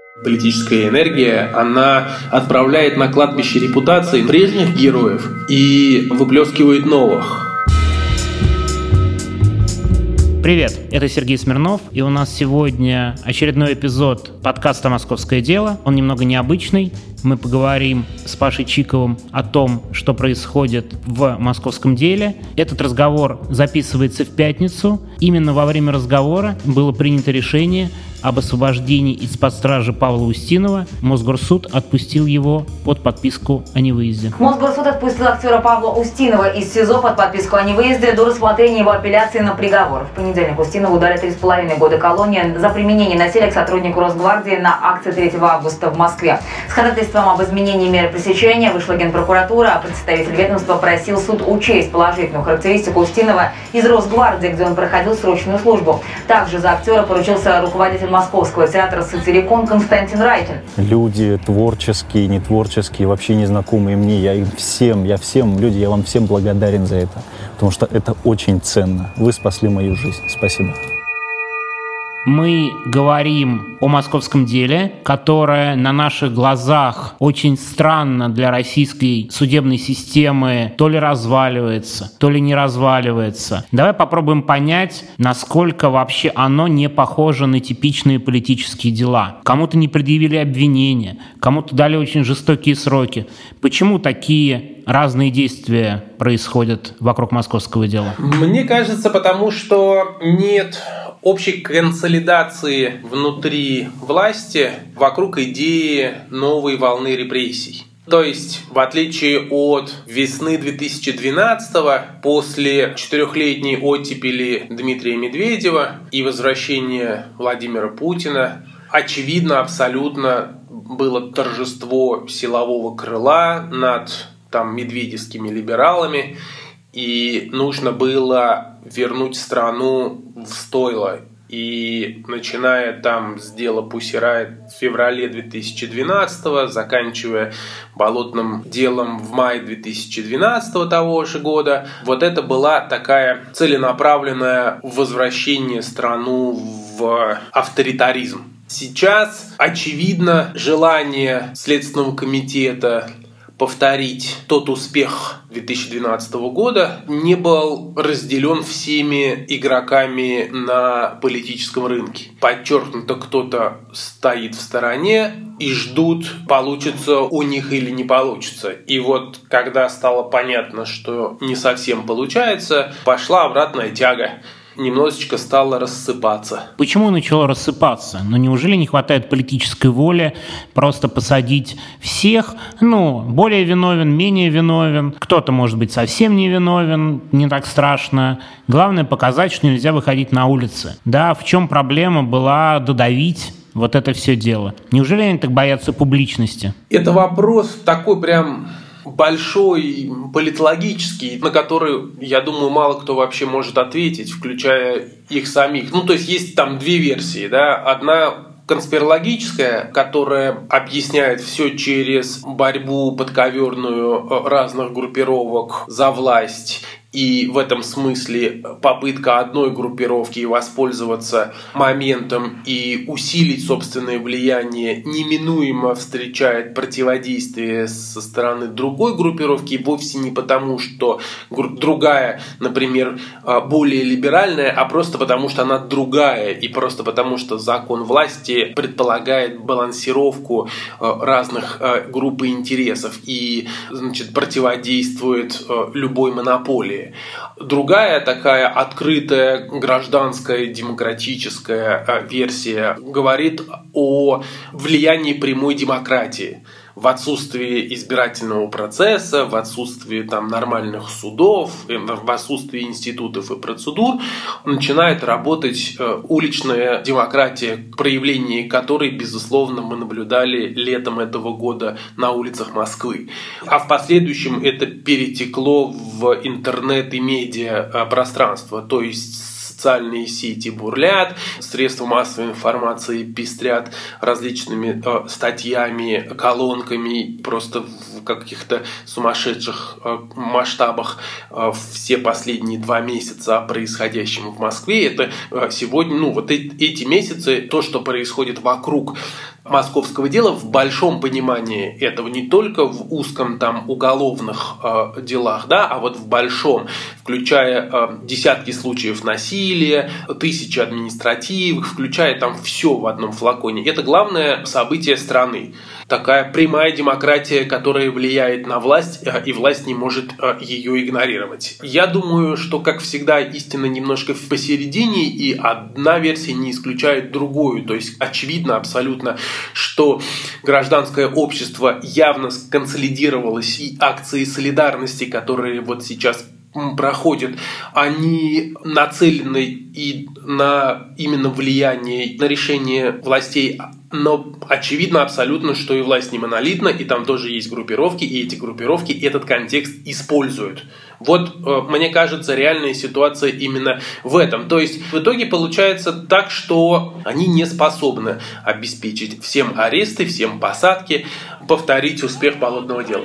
Политическая энергия, она отправляет на кладбище репутации прежних героев и выплескивает новых. Привет, это Сергей Смирнов, и у нас сегодня очередной эпизод подкаста «Московское дело». Он немного необычный. Мы поговорим с Пашей Чиковым о том, что происходит в московском деле. Этот разговор записывается в пятницу. Именно во время разговора было принято решение об освобождении из-под стражи Павла Устинова. Мосгорсуд отпустил его под подписку о невыезде. Мосгорсуд отпустил актера Павла Устинова из СИЗО под подписку о невыезде до рассмотрения его апелляции на приговор. В понедельник Устинову дали 3,5 года колонии за применение насилия к сотруднику Росгвардии на акции 3 августа в Москве. С ходатайством об изменении меры пресечения вышла Генпрокуратура, а представитель ведомства просил суд учесть положительную характеристику Устинова из Росгвардии, где он проходил срочную службу. Также за актера поручился руководитель Московского театра «Сатирикон» Константин Райкин. Люди творческие, нетворческие, вообще незнакомые мне, я вам всем благодарен за это, потому что это очень ценно. Вы спасли мою жизнь. Спасибо. Мы говорим о московском деле, которое на наших глазах очень странно для российской судебной системы то ли разваливается, то ли не разваливается. Давай попробуем понять, насколько вообще оно не похоже на типичные политические дела. Кому-то не предъявили обвинения, кому-то дали очень жестокие сроки. Почему такие разные действия происходят вокруг московского дела? Мне кажется, потому что нет общей консолидации внутри власти вокруг идеи новой волны репрессий. То есть, в отличие от весны 2012-го, после 4-летней оттепели Дмитрия Медведева и возвращения Владимира Путина, очевидно, абсолютно было торжество силового крыла над медведевскими либералами, и нужно было вернуть страну в стойло. И начиная с дела Pussy Riot в феврале 2012-го, заканчивая болотным делом в мае 2012-го того же года, вот это была такая целенаправленное возвращение страну в авторитаризм. Сейчас, очевидно, желание Следственного комитета повторить тот успех 2012 года не был разделен всеми игроками на политическом рынке. Подчеркнуто, кто-то стоит в стороне и ждут, получится у них или не получится. И вот когда стало понятно, что не совсем получается, пошла обратная тяга. Немножечко стало рассыпаться. Почему начало рассыпаться? Неужели не хватает политической воли просто посадить всех? Более виновен, менее виновен. Кто-то, может быть, совсем не виновен, не так страшно. Главное показать, что нельзя выходить на улицы. Да, в чем проблема была додавить вот это все дело? Неужели они так боятся публичности? Это вопрос такой прям большой, политологический, на который, я думаю, мало кто вообще может ответить, включая их самих. То есть есть две версии, да. Одна конспирологическая, которая объясняет все через борьбу подковерную разных группировок за власть. И в этом смысле попытка одной группировки воспользоваться моментом и усилить собственное влияние неминуемо встречает противодействие со стороны другой группировки, и вовсе не потому, что другая, например, более либеральная, а просто потому, что она другая, и просто потому, что закон власти предполагает балансировку разных групп интересов и, противодействует любой монополии. Другая такая открытая гражданская демократическая версия говорит о влиянии прямой демократии. В отсутствии избирательного процесса, в отсутствии нормальных судов, в отсутствии институтов и процедур начинает работать уличная демократия, проявление которой, безусловно, мы наблюдали летом этого года на улицах Москвы. А в последующем это перетекло в интернет и медиа пространство, то есть социальные сети бурлят, средства массовой информации пестрят различными статьями, колонками, просто в каких-то сумасшедших масштабах все последние 2 месяца о происходящем в Москве. Это сегодня, эти месяцы, то, что происходит вокруг московского дела, в большом понимании этого, не только в узком уголовных делах, а вот в большом, включая десятки случаев насилия, тысячи административных, включая все в одном флаконе. Это главное событие страны. Такая прямая демократия, которая влияет на власть, и власть не может ее игнорировать. Я думаю, что, как всегда, истина немножко посередине, и одна версия не исключает другую. То есть очевидно абсолютно, что гражданское общество явно сконсолидировалось, и акции солидарности, которые вот сейчас проходят, они нацелены и на именно влияние, на решение властей. Но очевидно абсолютно, что и власть не монолитна, и там тоже есть группировки, и эти группировки этот контекст используют. Вот, мне кажется, реальная ситуация именно в этом. То есть в итоге получается так, что они не способны обеспечить всем аресты, всем посадки, повторить успех Болотного дела.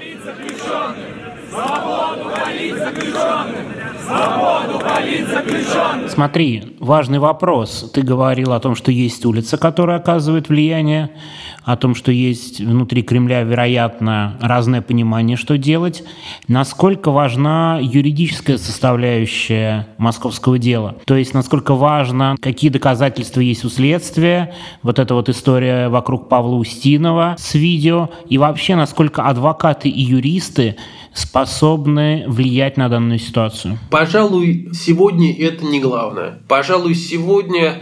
Смотри, важный вопрос. Ты говорил о том, что есть улица, которая оказывает влияние, о том, что есть внутри Кремля, вероятно, разное понимание, что делать. Насколько важна юридическая составляющая московского дела? То есть, насколько важно, какие доказательства есть у следствия, вот эта вот история вокруг Павла Устинова с видео, и вообще, насколько адвокаты и юристы способны влиять на данную ситуацию? Пожалуй, сегодня это не главное. Пожалуй, сегодня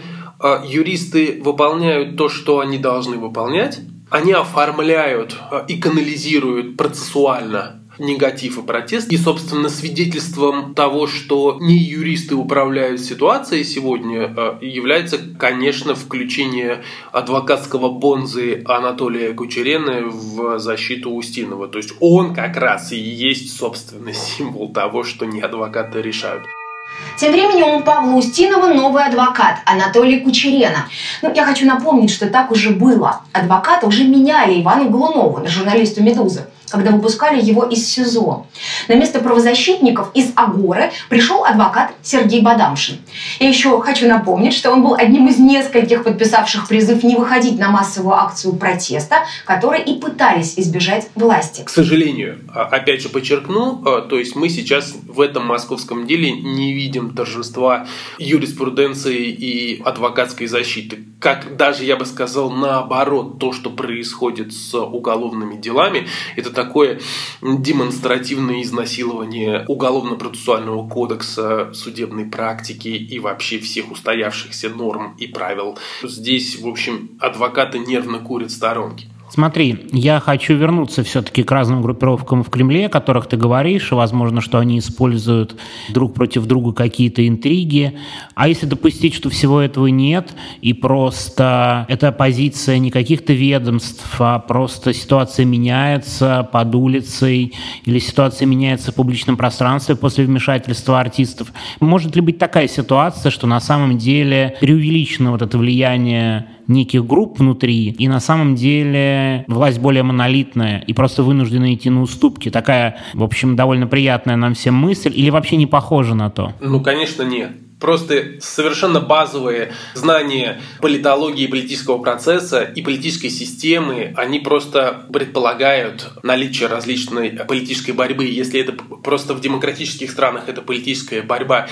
юристы выполняют то, что они должны выполнять. Они оформляют и канализируют процессуально негатив и протест. И, собственно, свидетельством того, что не юристы управляют ситуацией сегодня, является, конечно, включение адвокатского бонзы Анатолия Кучерена в защиту Устинова. То есть он как раз и есть, собственно, символ того, что не адвокаты решают. Тем временем у Павла Устинова новый адвокат Анатолий Кучерена. Я хочу напомнить, что так уже было. Адвоката уже меняли Ивану Голунову, журналисту «Медузы», когда выпускали его из СИЗО. На место правозащитников из Агоры пришел адвокат Сергей Бадамшин. Я еще хочу напомнить, что он был одним из нескольких подписавших призыв не выходить на массовую акцию протеста, которые и пытались избежать власти. К сожалению, опять же подчеркну, то есть мы сейчас в этом московском деле не видим торжества юриспруденции и адвокатской защиты. Как даже, я бы сказал, наоборот, то, что происходит с уголовными делами, это такое демонстративное изнасилование уголовно-процессуального кодекса, судебной практики и вообще всех устоявшихся норм и правил. Здесь, в общем, адвокаты нервно курят в сторонке. Смотри, я хочу вернуться все-таки к разным группировкам в Кремле, о которых ты говоришь, и возможно, что они используют друг против друга какие-то интриги. А если допустить, что всего этого нет, и просто это позиция не каких-то ведомств, а просто ситуация меняется под улицей, или ситуация меняется в публичном пространстве после вмешательства артистов, может ли быть такая ситуация, что на самом деле преувеличено вот это влияние неких групп внутри, и на самом деле власть более монолитная и просто вынуждена идти на уступки? Такая, в общем, довольно приятная нам всем мысль, или вообще не похожа на то? Конечно, нет. Просто совершенно базовые знания политологии политического процесса и политической системы, они просто предполагают наличие различной политической борьбы. Если это просто в демократических странах это политическая борьба,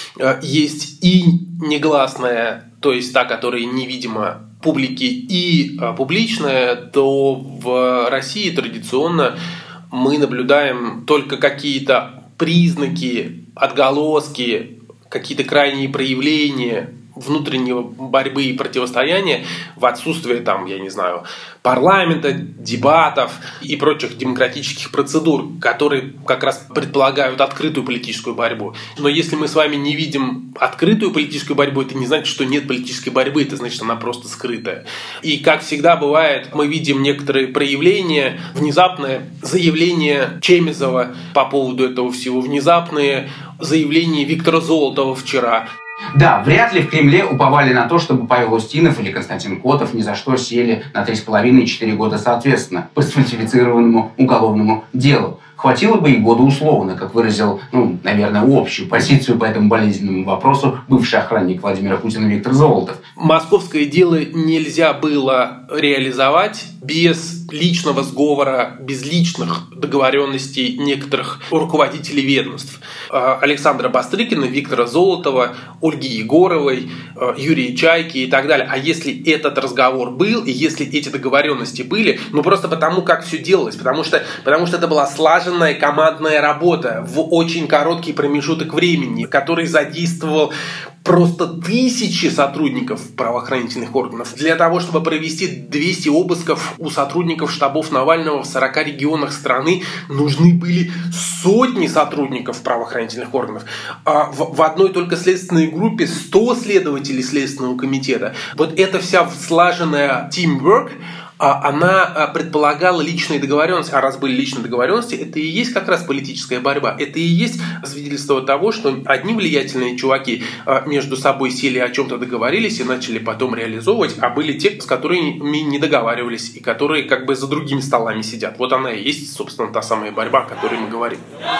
есть и негласная, то есть та, которая невидима публике, и публичная, то в России традиционно мы наблюдаем только какие-то признаки, отголоски, какие-то крайние проявления внутреннего борьбы и противостояния в отсутствие парламента, дебатов и прочих демократических процедур, которые как раз предполагают открытую политическую борьбу. Но если мы с вами не видим открытую политическую борьбу, это не значит, что нет политической борьбы, это значит, она просто скрытая. И как всегда бывает, мы видим некоторые проявления, внезапное заявление Чемизова по поводу этого всего, внезапные заявления Виктора Золотова вчера. Да, вряд ли в Кремле уповали на то, чтобы Павел Устинов или Константин Котов ни за что сели на 3,5 и 4 года соответственно по сфальсифицированному уголовному делу. Хватило бы и года условно, как выразил, наверное, общую позицию по этому болезненному вопросу бывший охранник Владимира Путина Виктор Золотов. Московское дело нельзя было реализовать без личного сговора, без личных договоренностей некоторых руководителей ведомств. Александра Бастрыкина, Виктора Золотова, Ольги Егоровой, Юрия Чайки и так далее. А если этот разговор был, и если эти договоренности были, просто потому, как все делалось, потому что это была слаженная командная работа в очень короткий промежуток времени, который задействовал просто тысячи сотрудников правоохранительных органов. Для того, чтобы провести 200 обысков у сотрудников штабов Навального в 40 регионах страны, нужны были сотни сотрудников правоохранительных органов. В одной только следственной группе 100 следователей Следственного комитета. Вот эта вся слаженная teamwork, она предполагала личные договоренности, а раз были личные договоренности, это и есть как раз политическая борьба. Это и есть свидетельство того, что одни влиятельные чуваки между собой сели, о чем-то договорились и начали потом реализовывать, а были те, с которыми не договаривались и которые как бы за другими столами сидят. Вот она и есть, собственно, та самая борьба, о которой мы говорим.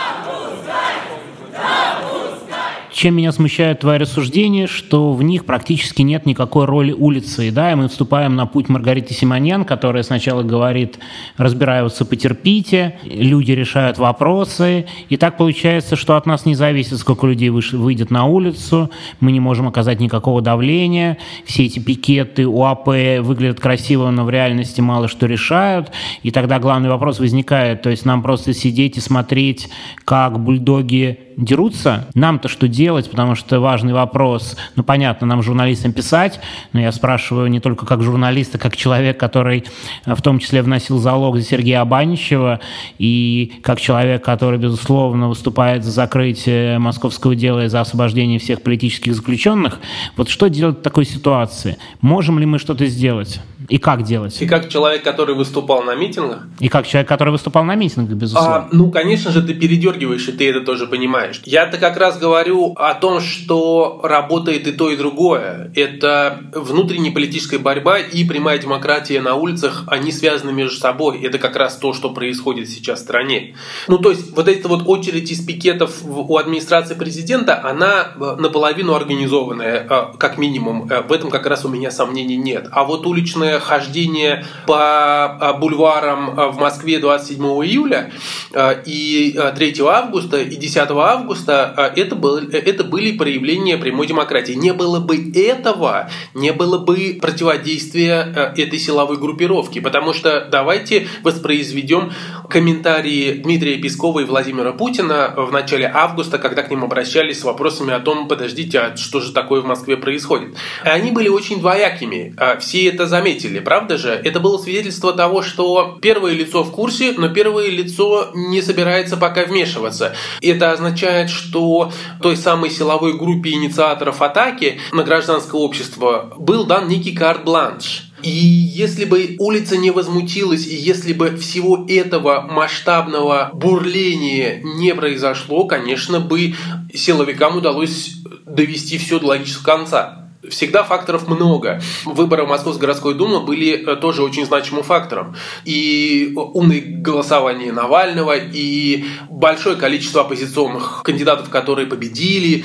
Чем меня смущает твои рассуждения, что в них практически нет никакой роли улицы. Да, и мы вступаем на путь Маргариты Симоньян, которая сначала говорит: разбираются, потерпите, люди решают вопросы. И так получается, что от нас не зависит, сколько людей выйдет на улицу, мы не можем оказать никакого давления. Все эти пикеты УАП выглядят красиво, но в реальности мало что решают. И тогда главный вопрос возникает, то есть нам просто сидеть и смотреть, как бульдоги дерутся? Нам-то что делать? Потому что важный вопрос. Понятно, нам, журналистам, писать, но я спрашиваю не только как журналист, а как человек, который в том числе вносил залог за Сергея Абаничева, и как человек, который, безусловно, выступает за закрытие московского дела и за освобождение всех политических заключенных. Вот что делать в такой ситуации? Можем ли мы что-то сделать? И как делать? И как человек, который выступал на митингах? И как человек, который выступал на митингах, безусловно. Конечно же, ты передергиваешь, и ты это тоже понимаешь. Я-то как раз говорю о том, что работает и то, и другое. Это внутренняя политическая борьба и прямая демократия на улицах, они связаны между собой. Это как раз то, что происходит сейчас в стране. То есть, вот эта вот очередь из пикетов у администрации президента, она наполовину организованная, как минимум. В этом как раз у меня сомнений нет. А вот уличное хождение по бульварам в Москве 27 июля и 3 августа и 10 августа это были проявления прямой демократии. Не было бы этого, не было бы противодействия этой силовой группировки. Потому что давайте воспроизведем комментарии Дмитрия Пескова и Владимира Путина в начале августа, когда к ним обращались с вопросами о том: подождите, а что же такое в Москве происходит? И они были очень двоякими. Все это заметили, правда же? Это было свидетельство того, что первое лицо в курсе, но первое лицо не собирается пока вмешиваться. Это означает, что той самой силовой группе инициаторов атаки на гражданское общество был дан некий карт-бланш. И если бы улица не возмутилась, и если бы всего этого масштабного бурления не произошло, конечно бы силовикам удалось довести все до логического конца. Всегда факторов много. Выборы в Московской городской думы были тоже очень значимым фактором. И умное голосование Навального, и большое количество оппозиционных кандидатов, которые победили,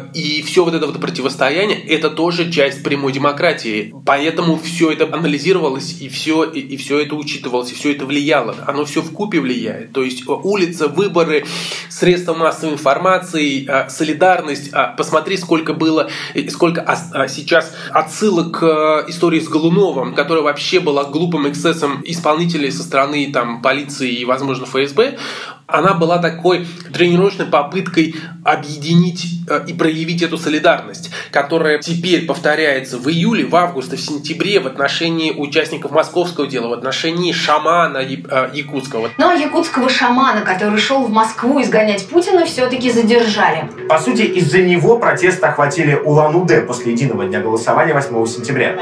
и все вот это вот противостояние, это тоже часть прямой демократии. Поэтому все это анализировалось, и все это учитывалось, и все это влияло. Оно все вкупе влияет. То есть улица, выборы, средства массовой информации, солидарность. Посмотри, сколько было, сколько сейчас отсылок к истории с Голуновым, которая вообще была глупым эксцессом исполнителей со стороны полиции и, возможно, ФСБ. Она была такой тренировочной попыткой объединить и проявить эту солидарность, которая теперь повторяется в июле, в августе, в сентябре в отношении участников московского дела, в отношении шамана якутского. Но якутского шамана, который шел в Москву изгонять Путина, все-таки задержали. По сути, из-за него протесты охватили Улан-Удэ после единого дня голосования 8 сентября.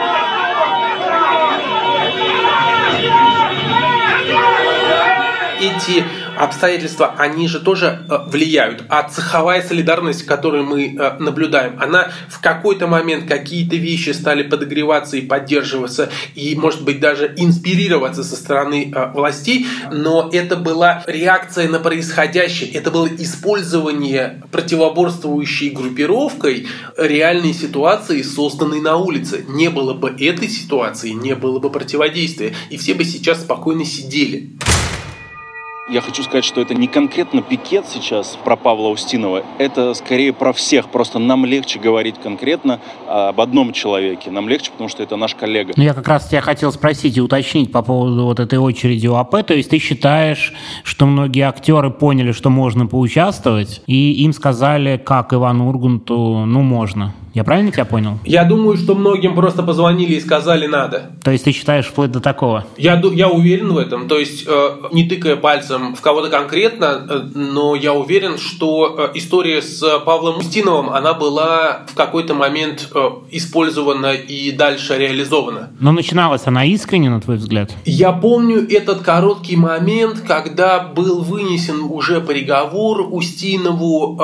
Эти обстоятельства, они же тоже влияют. А цеховая солидарность, которую мы наблюдаем, она в какой-то момент, какие-то вещи стали подогреваться и поддерживаться, и, может быть, даже инспирироваться со стороны властей, но это была реакция на происходящее, это было использование противоборствующей группировкой реальной ситуации, созданной на улице. Не было бы этой ситуации, не было бы противодействия, и все бы сейчас спокойно сидели. Я хочу сказать, что это не конкретно пикет сейчас про Павла Устинова, это скорее про всех. Просто нам легче говорить конкретно об одном человеке. Нам легче, потому что это наш коллега. Ну, я как раз тебя хотел спросить и уточнить по поводу вот этой очереди УАП. То есть ты считаешь, что многие актеры поняли, что можно поучаствовать, и им сказали, как Ивану Урганту, можно. Я правильно тебя понял? Я думаю, что многим просто позвонили и сказали «надо». То есть ты считаешь вплоть до такого? Я уверен в этом. То есть, не тыкая пальцем в кого-то конкретно, но я уверен, что история с Павлом Устиновым, она была в какой-то момент использована и дальше реализована. Но начиналась она искренне, на твой взгляд? Я помню этот короткий момент, когда был вынесен уже приговор Устинову,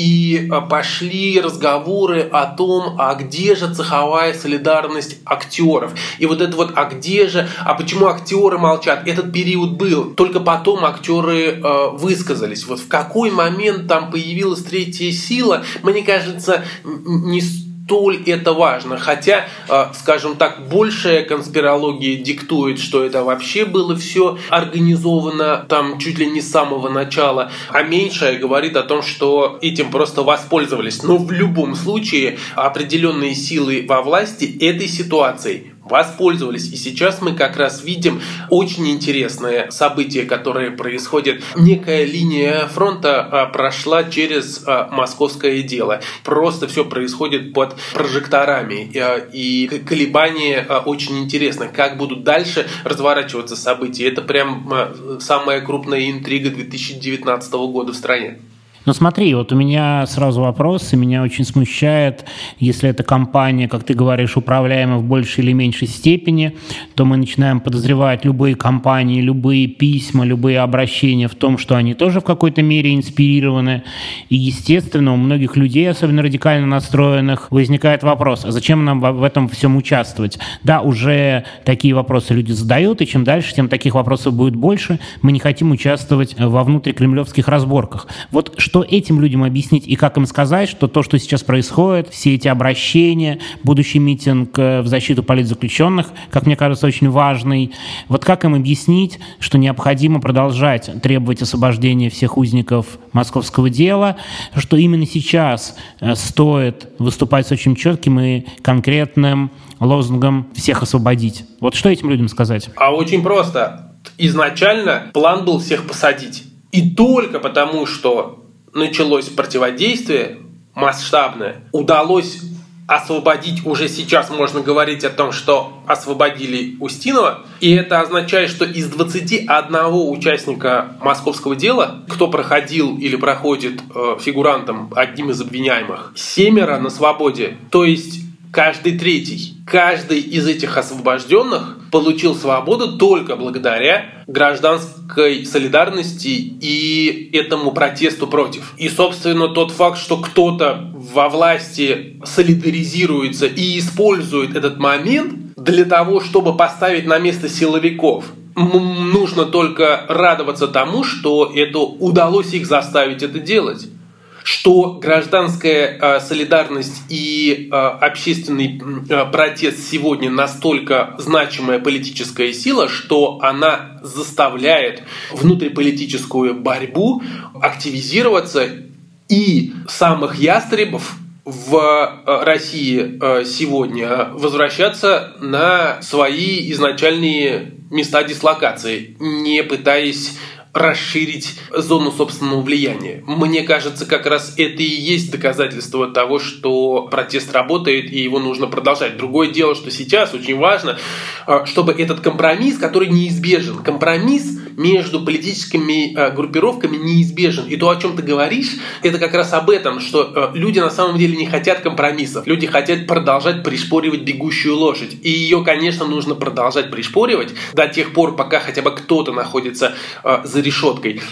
и пошли разговоры о том, а где же цеховая солидарность актеров. И вот это вот, а где же, а почему актеры молчат? Этот период был. Только потом актеры высказались. Вот в какой момент там появилась третья сила, мне кажется, не столь это важно. Хотя, скажем так, большая конспирология диктует, что это вообще было все организовано там чуть ли не с самого начала, а меньшая говорит о том, что этим просто воспользовались. Но в любом случае определенные силы во власти этой ситуацией воспользовались. И сейчас мы как раз видим очень интересное событие, которое происходит. Некая линия фронта прошла через московское дело. Просто все происходит под прожекторами. И колебания очень интересны. Как будут дальше разворачиваться события. Это прям самая крупная интрига 2019 года в стране. Ну смотри, вот у меня сразу вопрос, и меня очень смущает, если эта компания, как ты говоришь, управляема в большей или меньшей степени, то мы начинаем подозревать любые компании, любые письма, любые обращения в том, что они тоже в какой-то мере инспирированы. И, естественно, у многих людей, особенно радикально настроенных, возникает вопрос, а зачем нам в этом всем участвовать? Да, уже такие вопросы люди задают, и чем дальше, тем таких вопросов будет больше. Мы не хотим участвовать во внутрикремлевских разборках. Вот что этим людям объяснить и как им сказать, что то, что сейчас происходит, все эти обращения, будущий митинг в защиту политзаключенных, как мне кажется, очень важный, вот как им объяснить, что необходимо продолжать требовать освобождения всех узников московского дела, что именно сейчас стоит выступать с очень четким и конкретным лозунгом «всех освободить». Вот что этим людям сказать? А очень просто. Изначально план был всех посадить. И только потому, что началось противодействие масштабное, удалось освободить, уже сейчас можно говорить о том, что освободили Устинова, и это означает, что из 21 участника московского дела, кто проходил или проходит фигурантом, одним из обвиняемых, 7 на свободе, то есть каждый третий. Каждый из этих освобожденных получил свободу только благодаря гражданской солидарности и этому протесту против. И, собственно, тот факт, что кто-то во власти солидаризируется и использует этот момент для того, чтобы поставить на место силовиков, нужно только радоваться тому, что это удалось их заставить это делать. Что гражданская солидарность и общественный протест сегодня настолько значимая политическая сила, что она заставляет внутриполитическую борьбу активизироваться, и самых ястребов в России сегодня возвращаться на свои изначальные места дислокации, не пытаясь расширить зону собственного влияния. Мне кажется, как раз это и есть доказательство того, что протест работает и его нужно продолжать. Другое дело, что сейчас очень важно, чтобы этот компромисс, который неизбежен, компромисс между политическими группировками неизбежен. И то, о чем ты говоришь, это как раз об этом, что люди на самом деле не хотят компромиссов. Люди хотят продолжать пришпоривать бегущую лошадь. И ее, конечно, нужно продолжать пришпоривать до тех пор, пока хотя бы кто-то находится за за решеткой.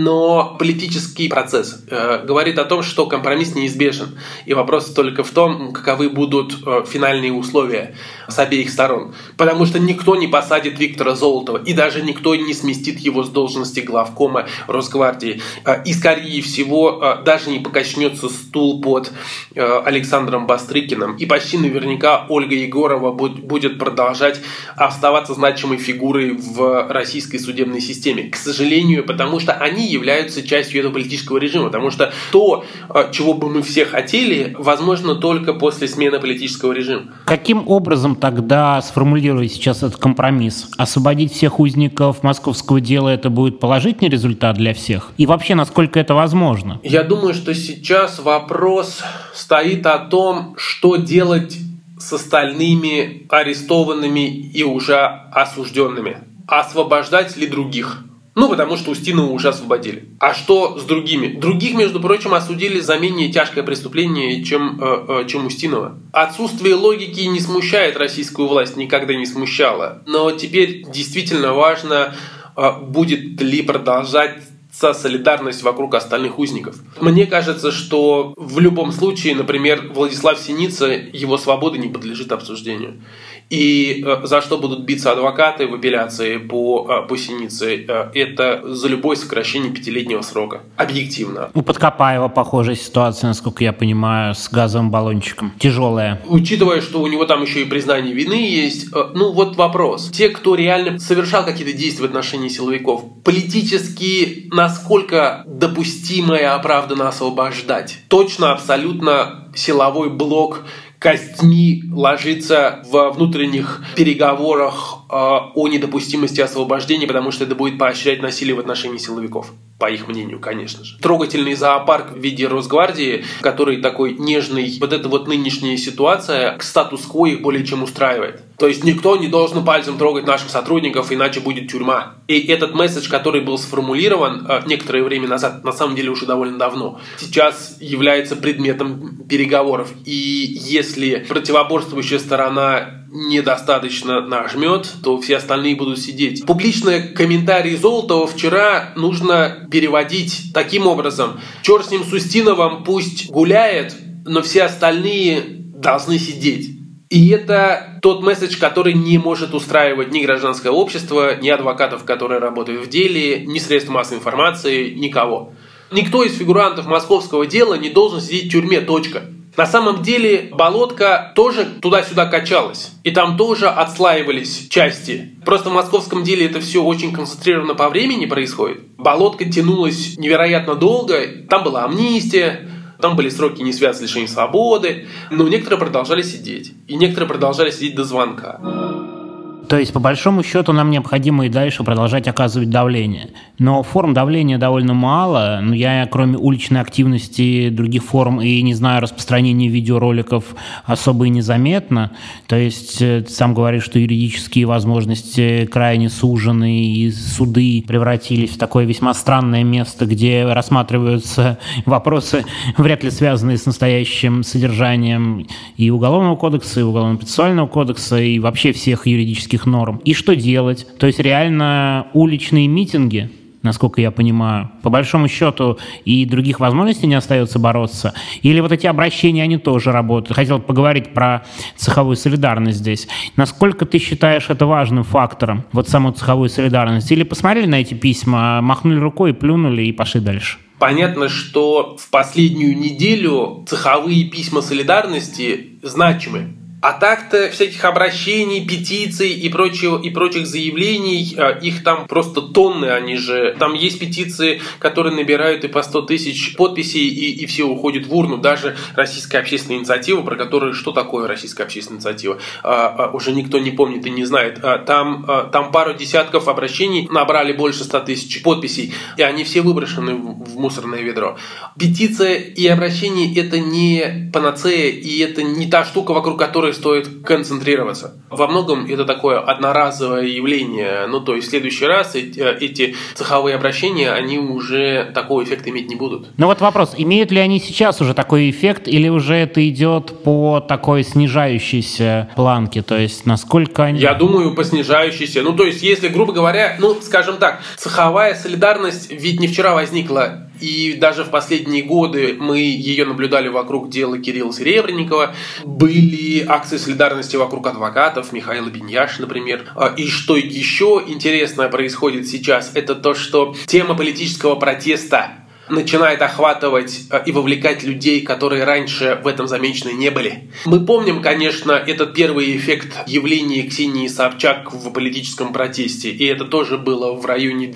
Но политический процесс говорит о том, что компромисс неизбежен. И вопрос только в том, каковы будут финальные условия с обеих сторон. Потому что никто не посадит Виктора Золотова, и даже никто не сместит его с должности главкома Росгвардии. И, скорее всего, даже не покачнется стул под Александром Бастрыкиным. И почти наверняка Ольга Егорова будет продолжать оставаться значимой фигурой в российской судебной системе. К сожалению, потому что они являются частью этого политического режима. Потому что то, чего бы мы все хотели, возможно только после смены политического режима. Каким образом тогда сформулировать сейчас этот компромисс? Освободить всех узников московского дела — это будет положительный результат для всех? И вообще, насколько это возможно? Я думаю, что сейчас вопрос стоит о том, что делать с остальными арестованными и уже осужденными. Освобождать ли других? Потому что Устинова уже освободили. А что с другими? Других, между прочим, осудили за менее тяжкое преступление, чем Устинова. Отсутствие логики не смущает российскую власть, никогда не смущало. Но теперь действительно важно, будет ли продолжать солидарность вокруг остальных узников. Мне кажется, что в любом случае, например, Владислав Синица, его свобода не подлежит обсуждению. И за что будут биться адвокаты в апелляции по Синице, это за любое сокращение 5-летнего срока. Объективно. У Подкопаева похожая ситуация, насколько я понимаю, с газовым баллончиком. Тяжелая. Учитывая, что у него там еще и признание вины есть, вот вопрос. Те, кто реально совершал какие-то действия в отношении силовиков, политически насколько допустимо и оправданно освобождать? Точно, абсолютно силовой блок костьми ложится во внутренних переговорах о недопустимости освобождения, потому что это будет поощрять насилие в отношении силовиков, по их мнению, конечно же. Трогательный зоопарк в виде Росгвардии, который такой нежный, вот эта вот нынешняя ситуация, к статус-кво их более чем устраивает. То есть никто не должен пальцем трогать наших сотрудников, иначе будет тюрьма. И этот месседж, который был сформулирован некоторое время назад, на самом деле уже довольно давно, сейчас является предметом переговоров. И если противоборствующая сторона недостаточно нажмет, то все остальные будут сидеть. Публичные комментарии Золотова вчера нужно переводить таким образом: черт с ним, с Устиновым, пусть гуляет, но все остальные должны сидеть. И это тот месседж, который не может устраивать ни гражданское общество, ни адвокатов, которые работают в деле, ни средств массовой информации, никого. Никто из фигурантов московского дела не должен сидеть в тюрьме, точка. На самом деле болотка тоже туда-сюда качалась. И там тоже отслаивались части. Просто в московском деле это все очень концентрированно по времени происходит. Болотка тянулась невероятно долго. Там была амнистия, там были сроки не связанные с лишением свободы. Но некоторые продолжали сидеть. И некоторые продолжали сидеть до звонка. То есть, по большому счету, нам необходимо и дальше продолжать оказывать давление. Но форм давления довольно мало. Я, кроме уличной активности, других форм и, не знаю, распространения видеороликов особо и незаметно. То есть, ты сам говоришь, что юридические возможности крайне сужены, и суды превратились в такое весьма странное место, где рассматриваются вопросы, вряд ли связанные с настоящим содержанием и Уголовного кодекса, и Уголовно-процессуального кодекса, и вообще всех юридических норм. И что делать? То есть реально уличные митинги, насколько я понимаю, по большому счету и других возможностей не остается бороться? Или вот эти обращения, они тоже работают? Хотел поговорить про цеховую солидарность здесь. Насколько ты считаешь это важным фактором, вот саму цеховую солидарность? Или посмотрели на эти письма, махнули рукой, плюнули и пошли дальше? Понятно, что в последнюю неделю цеховые письма солидарности значимы. А так-то всяких обращений, петиций и прочих заявлений, их там просто тонны, они же... Там есть петиции, которые набирают и по 100 тысяч подписей, и все уходят в урну. Даже российская общественная инициатива, про которую... Что такое российская общественная инициатива? Уже никто не помнит и не знает. Там пару десятков обращений набрали больше 100 тысяч подписей, и они все выброшены в мусорное ведро. Петиция и обращение — это не панацея, и это не та штука, вокруг которой стоит концентрироваться. Во многом это такое одноразовое явление. Ну, то есть в следующий раз эти цеховые обращения, они уже такого эффекта иметь не будут. Ну вот вопрос, имеют ли они сейчас уже такой эффект, или уже это идет по такой снижающейся планке? То есть насколько они... Я думаю, по снижающейся. Ну, то есть, если, грубо говоря, скажем так, цеховая солидарность ведь не вчера возникла. И даже в последние годы мы ее наблюдали вокруг дела Кирилла Серебренникова. Были акции солидарности вокруг адвокатов, Михаила Беньяш, например. И что еще интересное происходит сейчас, это то, что тема политического протеста начинает охватывать и вовлекать людей, которые раньше в этом замечены не были. Мы помним, конечно, этот первый эффект явления Ксении Собчак в политическом протесте, и это тоже было в районе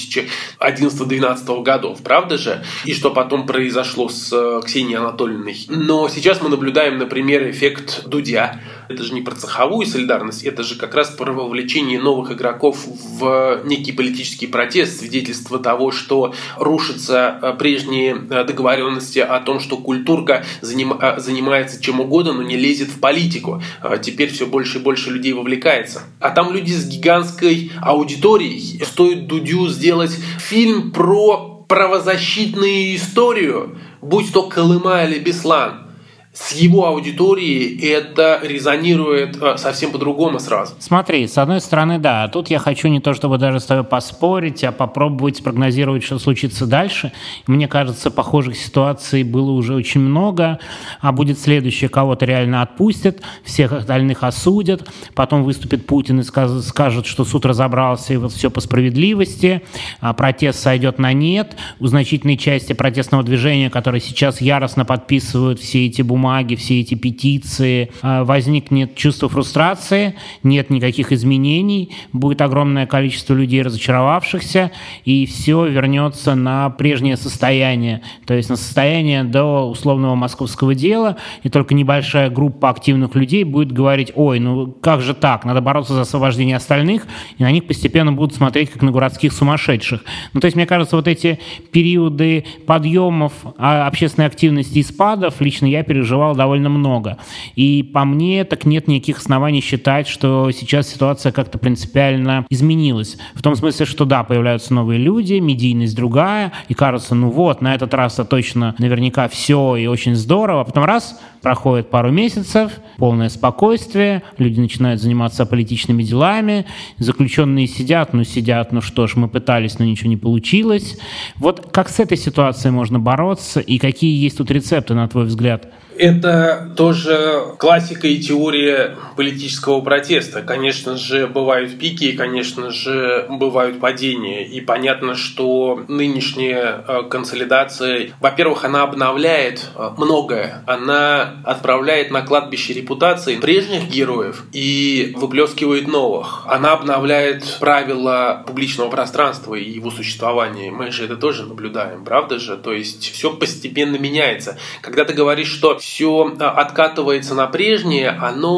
2011-2012 годов, правда же? И что потом произошло с Ксенией Анатольевной. Но сейчас мы наблюдаем, например, эффект Дудя. Это же не про цеховую солидарность, это же как раз про вовлечение новых игроков в некий политический протест, свидетельство того, что рушатся прежние договоренности о том, что культурка занимается чем угодно, но не лезет в политику. Теперь все больше и больше людей вовлекается. А там люди с гигантской аудиторией. Стоит Дудю сделать фильм про правозащитную историю, будь то Колыма или Беслан. С его аудиторией это резонирует совсем по-другому сразу. Смотри, с одной стороны, да, тут я хочу не то чтобы даже с тобой поспорить, а попробовать спрогнозировать, что случится дальше. Мне кажется, похожих ситуаций было уже очень много, а будет следующее: кого-то реально отпустят, всех остальных осудят, потом выступит Путин и скажет, что суд разобрался и вот все по справедливости, а протест сойдет на нет. У значительной части протестного движения, которые сейчас яростно подписывают все эти бумаги, все эти петиции, возникнет чувство фрустрации, нет никаких изменений, будет огромное количество людей, разочаровавшихся, и все вернется на прежнее состояние, то есть на состояние до условного московского дела, и только небольшая группа активных людей будет говорить: ой, ну как же так, надо бороться за освобождение остальных, и на них постепенно будут смотреть как на городских сумасшедших. Ну, то есть, мне кажется, вот эти периоды подъемов общественной активности и спадов лично я переживал довольно много. И по мне, так нет никаких оснований считать, что сейчас ситуация как-то принципиально изменилась. В том смысле, что да, появляются новые люди, медийность другая, и кажется, ну вот, на этот раз-то точно наверняка все и очень здорово, а потом раз, проходит пару месяцев, полное спокойствие, люди начинают заниматься политичными делами, заключенные сидят, ну что ж, мы пытались, но ничего не получилось. Вот как с этой ситуацией можно бороться, и какие есть тут рецепты, на твой взгляд? Это тоже классика и теория политического протеста. Конечно же, бывают пики, и, конечно же, бывают падения. И понятно, что нынешняя консолидация, во-первых, она обновляет многое. Она отправляет на кладбище репутации прежних героев и выплескивает новых. Она обновляет правила публичного пространства и его существования. Мы же это тоже наблюдаем, правда же? То есть все постепенно меняется. Когда ты говоришь, что все откатывается на прежнее,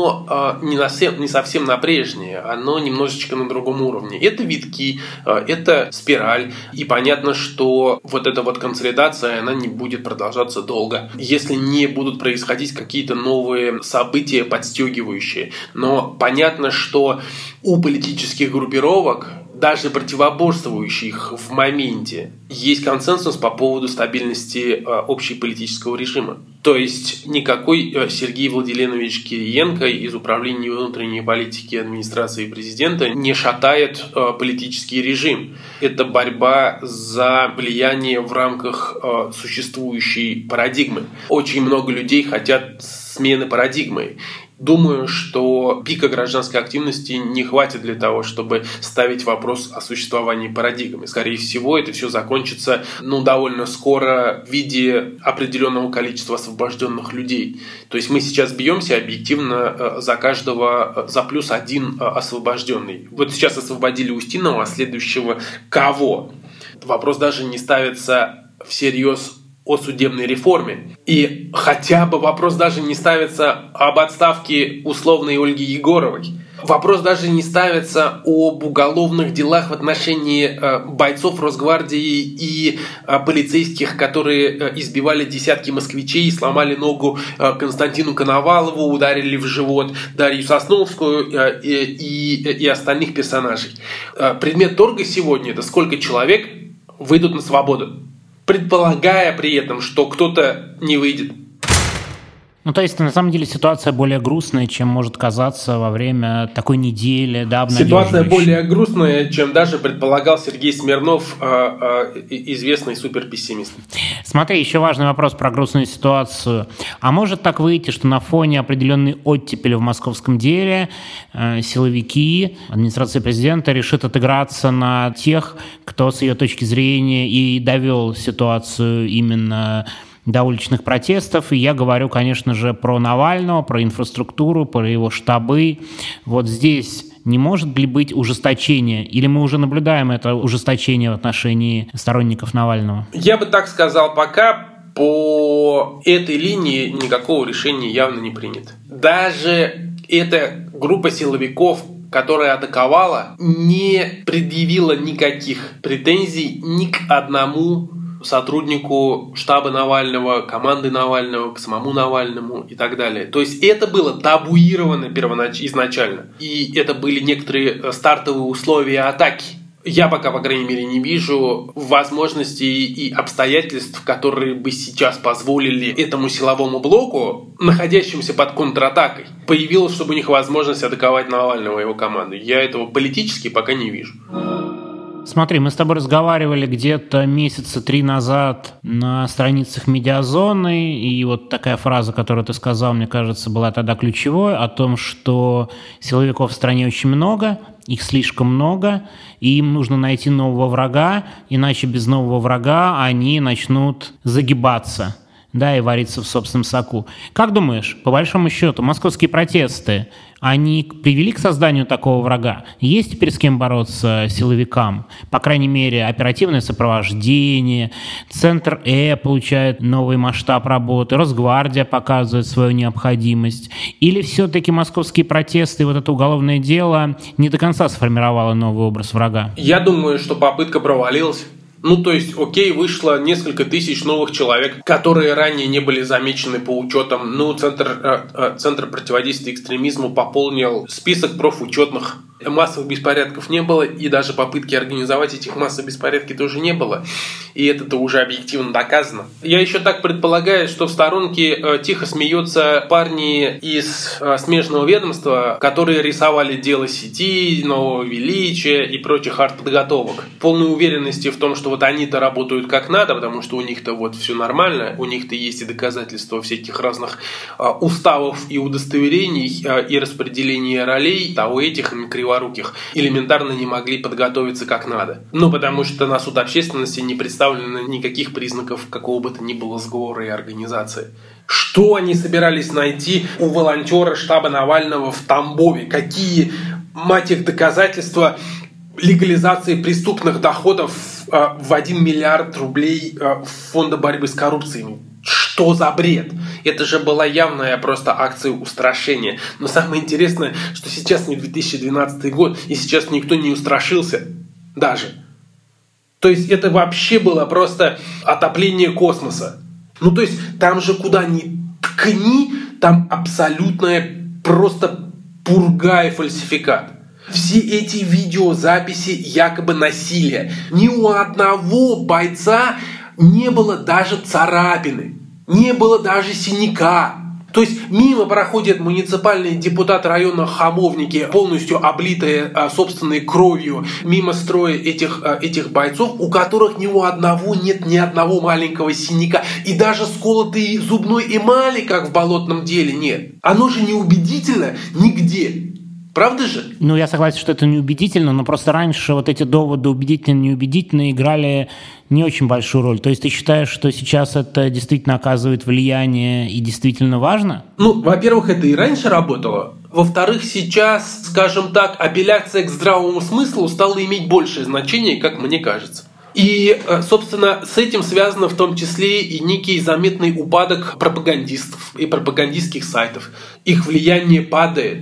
оно не совсем на прежнее, оно немножечко на другом уровне. Это витки, это спираль, и понятно, что вот эта вот консолидация, она не будет продолжаться долго, если не будут происходить какие-то новые события подстегивающие. Но понятно, что у политических группировок, даже противоборствующих в моменте, есть консенсус по поводу стабильности общеполитического режима. То есть никакой Сергей Владимирович Кириенко из Управления внутренней политики администрации президента не шатает политический режим. Это борьба за влияние в рамках существующей парадигмы. Очень много людей хотят смены парадигмы. Думаю, что пика гражданской активности не хватит для того, чтобы ставить вопрос о существовании парадигмы. Скорее всего, это все закончится довольно скоро в виде определенного количества освобожденных людей. То есть мы сейчас бьемся объективно за каждого, за плюс один освобожденный. Вот сейчас освободили Устинова, а следующего кого? Вопрос даже не ставится всерьез о судебной реформе. И хотя бы вопрос даже не ставится об отставке условной Ольги Егоровой. Вопрос даже не ставится об уголовных делах в отношении бойцов Росгвардии и полицейских, которые избивали десятки москвичей, сломали ногу Константину Коновалову, ударили в живот Дарью Сосновскую и остальных персонажей. Предмет торга сегодня – это сколько человек выйдут на свободу, предполагая при этом, что кто-то не выйдет. Ну, то есть, на самом деле, ситуация более грустная, чем может казаться во время такой недели, да, обнадеживающей. Ситуация более грустная, чем даже предполагал Сергей Смирнов, известный суперпессимист. Смотри, еще важный вопрос про грустную ситуацию. А может так выйти, что на фоне определенной оттепели в московском деле силовики, администрация президента решит отыграться на тех, кто с ее точки зрения и довел ситуацию именно до уличных протестов, и я говорю, конечно же, про Навального, про инфраструктуру, про его штабы. Вот здесь не может ли быть ужесточение, или мы уже наблюдаем это ужесточение в отношении сторонников Навального? Я бы так сказал, пока по этой линии никакого решения явно не принято. Даже эта группа силовиков, которая атаковала, не предъявила никаких претензий ни к одному сотруднику штаба Навального, команды Навального, к самому Навальному и так далее. То есть это было табуировано изначально. И это были некоторые стартовые условия атаки. Я пока, по крайней мере, не вижу возможностей и обстоятельств, которые бы сейчас позволили этому силовому блоку, находящемуся под контратакой, появилась, чтобы у них возможность атаковать Навального и его команду. Я этого политически пока не вижу. Смотри, мы с тобой разговаривали где-то месяца 3 назад на страницах «Медиазоны», и вот такая фраза, которую ты сказал, мне кажется, была тогда ключевой, о том, что силовиков в стране очень много, их слишком много, и им нужно найти нового врага, иначе без нового врага они начнут загибаться, да, и вариться в собственном соку. Как думаешь, по большому счету, московские протесты, они привели к созданию такого врага? Есть теперь с кем бороться силовикам? По крайней мере, оперативное сопровождение, Центр получает новый масштаб работы, Росгвардия показывает свою необходимость. Или все-таки московские протесты и вот это уголовное дело не до конца сформировало новый образ врага? Я думаю, что попытка провалилась. Ну, то есть, окей, вышло несколько тысяч новых человек, которые ранее не были замечены по учетам. Ну, Центр противодействия экстремизму пополнил список профучетных. Массовых беспорядков не было, и даже попытки организовать этих массовых беспорядков тоже не было. И это уже объективно доказано. Я еще так предполагаю, что в сторонке тихо смеются парни из смежного ведомства, которые рисовали дело сети, нового величия и прочих артподготовок. Полной уверенности в том, что вот они-то работают как надо, потому что у них-то вот все нормально, у них-то есть и доказательства всяких разных уставов и удостоверений и распределения ролей, а у этих криворуких элементарно не могли подготовиться как надо. Ну, потому что на суд общественности не представлено никаких признаков какого бы то ни было сговора и организации. Что они собирались найти у волонтера штаба Навального в Тамбове? Какие, мать их, доказательства легализации преступных доходов в 1 миллиард рублей Фонда борьбы с коррупцией? Что за бред? Это же была явная просто акция устрашения. Но самое интересное, что сейчас не 2012 год, и сейчас никто не устрашился даже. То есть это вообще было просто отопление космоса. Ну то есть там же куда ни ткни, там абсолютная просто пурга и фальсификат. Все эти видеозаписи якобы насилия. Ни у одного бойца не было даже царапины, не было даже синяка. То есть мимо проходит муниципальный депутат района Хамовники, полностью облитые собственной кровью, мимо строя этих бойцов, у которых ни у одного нет ни одного маленького синяка. И даже сколотой зубной эмали, как в болотном деле, нет. Оно же не убедительно нигде. Правда же? Ну, я согласен, что это неубедительно, но просто раньше вот эти доводы убедительно-неубедительно играли не очень большую роль. То есть ты считаешь, что сейчас это действительно оказывает влияние и действительно важно? Ну, во-первых, это и раньше работало. Во-вторых, сейчас, скажем так, апелляция к здравому смыслу стала иметь большее значение, как мне кажется. И, собственно, с этим связано в том числе и некий заметный упадок пропагандистов и пропагандистских сайтов. Их влияние падает.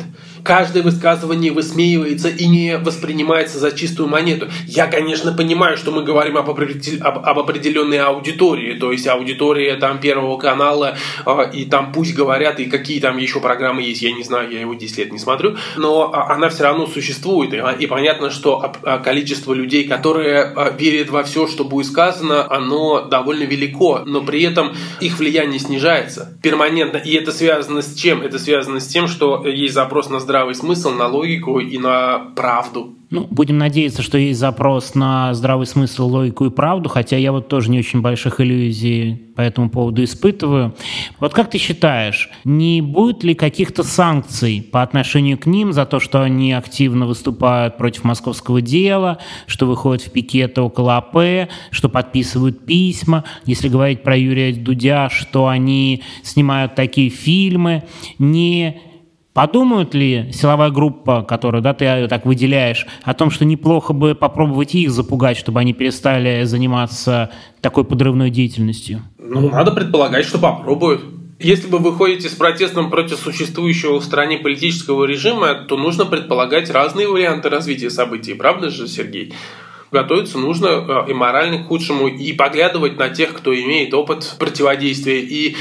каждое высказывание высмеивается и не воспринимается за чистую монету. Я, конечно, понимаю, что мы говорим об определенной аудитории, то есть аудитория там Первого канала, и там пусть говорят, и какие там еще программы есть, я не знаю, я его 10 лет не смотрю, но она все равно существует, и понятно, что количество людей, которые верят во все, что будет сказано, оно довольно велико, но при этом их влияние снижается перманентно, и это связано с чем? Это связано с тем, что есть запрос на здравый смысл, на логику и на правду. Будем надеяться, что есть запрос на здравый смысл, логику и правду, хотя я вот тоже не очень больших иллюзий по этому поводу испытываю. Вот как ты считаешь, не будет ли каких-то санкций по отношению к ним за то, что они активно выступают против московского дела, что выходят в пикеты около АП, что подписывают письма, если говорить про Юрия Дудя, что они снимают такие фильмы, не подумают ли силовая группа, которую ты так выделяешь, о том, что неплохо бы попробовать их запугать, чтобы они перестали заниматься такой подрывной деятельностью? Надо предполагать, что попробуют. Если вы выходите с протестом против существующего в стране политического режима, то нужно предполагать разные варианты развития событий. Правда же, Сергей? Готовиться нужно и морально к худшему, и поглядывать на тех, кто имеет опыт противодействия. И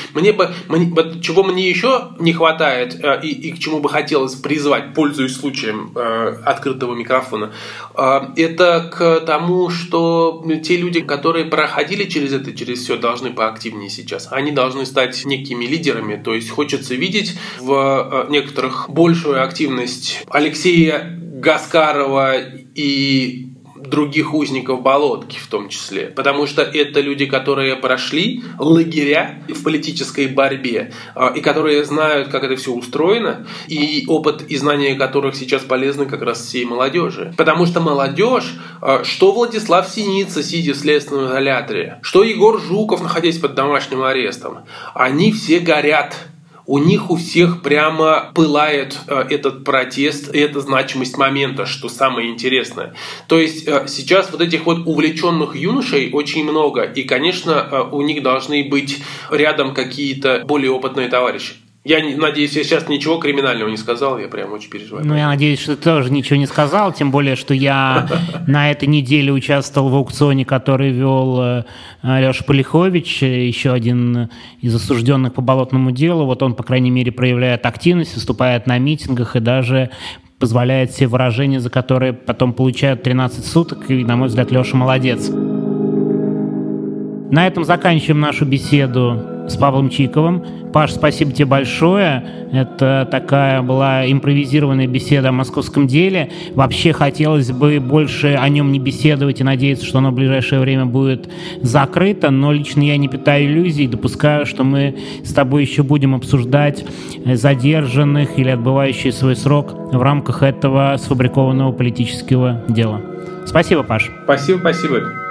чего мне еще не хватает, и к чему бы хотелось призвать, пользуясь случаем открытого микрофона, это к тому, что те люди, которые проходили через все, должны поактивнее сейчас. Они должны стать некими лидерами. То есть хочется видеть в некоторых большую активность Алексея Гаскарова и других узников Болотки в том числе. Потому что это люди, которые прошли лагеря в политической борьбе, и которые знают, как это все устроено, и опыт и знания которых сейчас полезны как раз всей молодежи. Потому что молодежь, что Владислав Синица, сидя в следственном изоляторе, что Егор Жуков, находясь под домашним арестом, они все горят. У них у всех прямо пылает этот протест и эта значимость момента, что самое интересное. То есть сейчас вот этих вот увлеченных юношей очень много, и, конечно, у них должны быть рядом какие-то более опытные товарищи. Я надеюсь, я сейчас ничего криминального не сказал, я прям очень переживаю. Я надеюсь, что ты тоже ничего не сказал, тем более, что я на этой неделе участвовал в аукционе, который вел Леша Полихович, еще один из осужденных по болотному делу. Вот он, по крайней мере, проявляет активность, выступает на митингах и даже позволяет себе выражения, за которые потом получают 13 суток, и, на мой взгляд, Леша молодец. На этом заканчиваем нашу беседу с Павлом Чиковым. Паш, спасибо тебе большое. Это такая была импровизированная беседа о московском деле. Вообще хотелось бы больше о нем не беседовать и надеяться, что оно в ближайшее время будет закрыто, но лично я не питаю иллюзий, допускаю, что мы с тобой еще будем обсуждать задержанных или отбывающих свой срок в рамках этого сфабрикованного политического дела. Спасибо, Паш. Спасибо.